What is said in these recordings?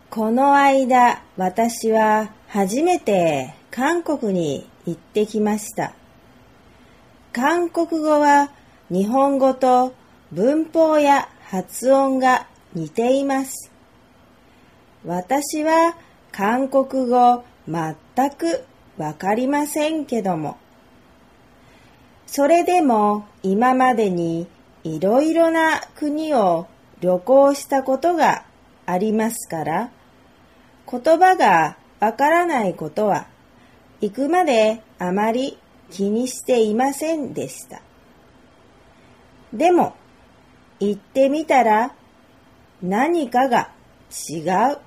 この間、私は初めて韓国に行ってきました。韓国語は日本語と文法や発音が似ています。私は韓国語全くわかりませんけども、それでも今までにいろいろな国を旅行したことがありますから、言葉がわからないことは行くまであまり気にしていませんでした。でも行ってみたら何かが違う。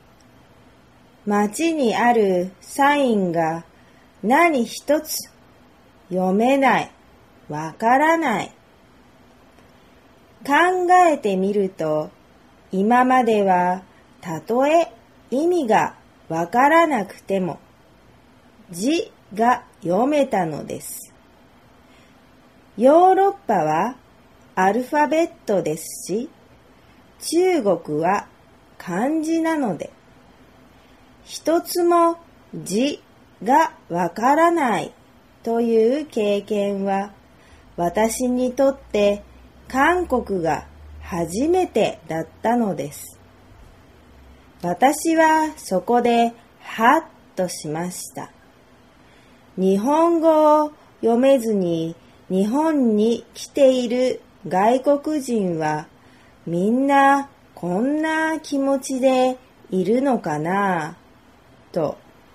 街にあるサインが何一つ読めない、わからない。考えてみると、今まではたとえ意味がわからなくても字が読めたのです。ヨーロッパはアルファベットですし、中国は漢字なので、一つも字がわからないという経験は、私にとって韓国が初めてだったのです。私はそこでハッとしました。日本語を読めずに日本に来ている外国人はみんなこんな気持ちでいるのかなと。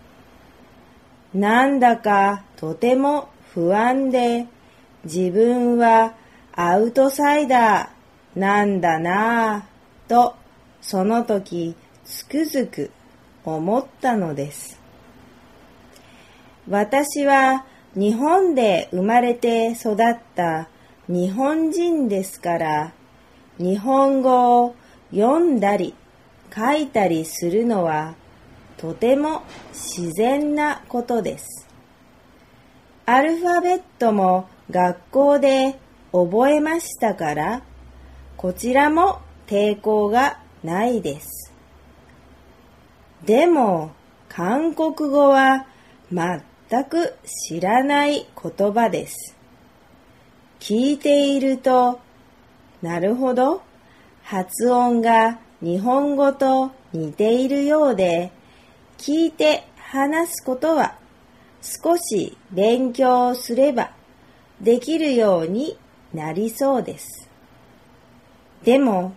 なんだかとても不安で、自分はアウトサイダーなんだなぁとその時つくづく思ったのです。私は日本で生まれて育った日本人ですから、日本語を読んだり書いたりするのはとても自然なことです。アルファベットも学校で覚えましたから、こちらも抵抗がないです。でも、韓国語は全く知らない言葉です。聞いていると、なるほど、発音が日本語と似ているようで、聞いて話すことは少し勉強すればできるようになりそうです。でも、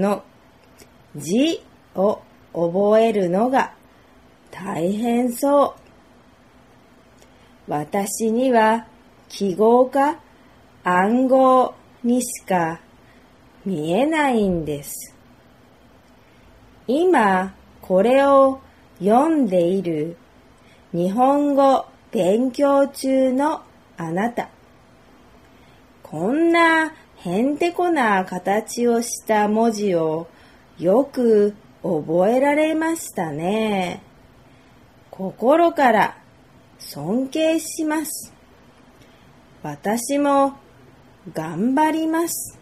字を覚えるのが大変そう。私には記号か暗号にしか見えないんです。今これを読んでいる日本語勉強中のあなた。こんなへんてこな形をした文字をよく覚えられましたね。心から尊敬します。私も頑張ります。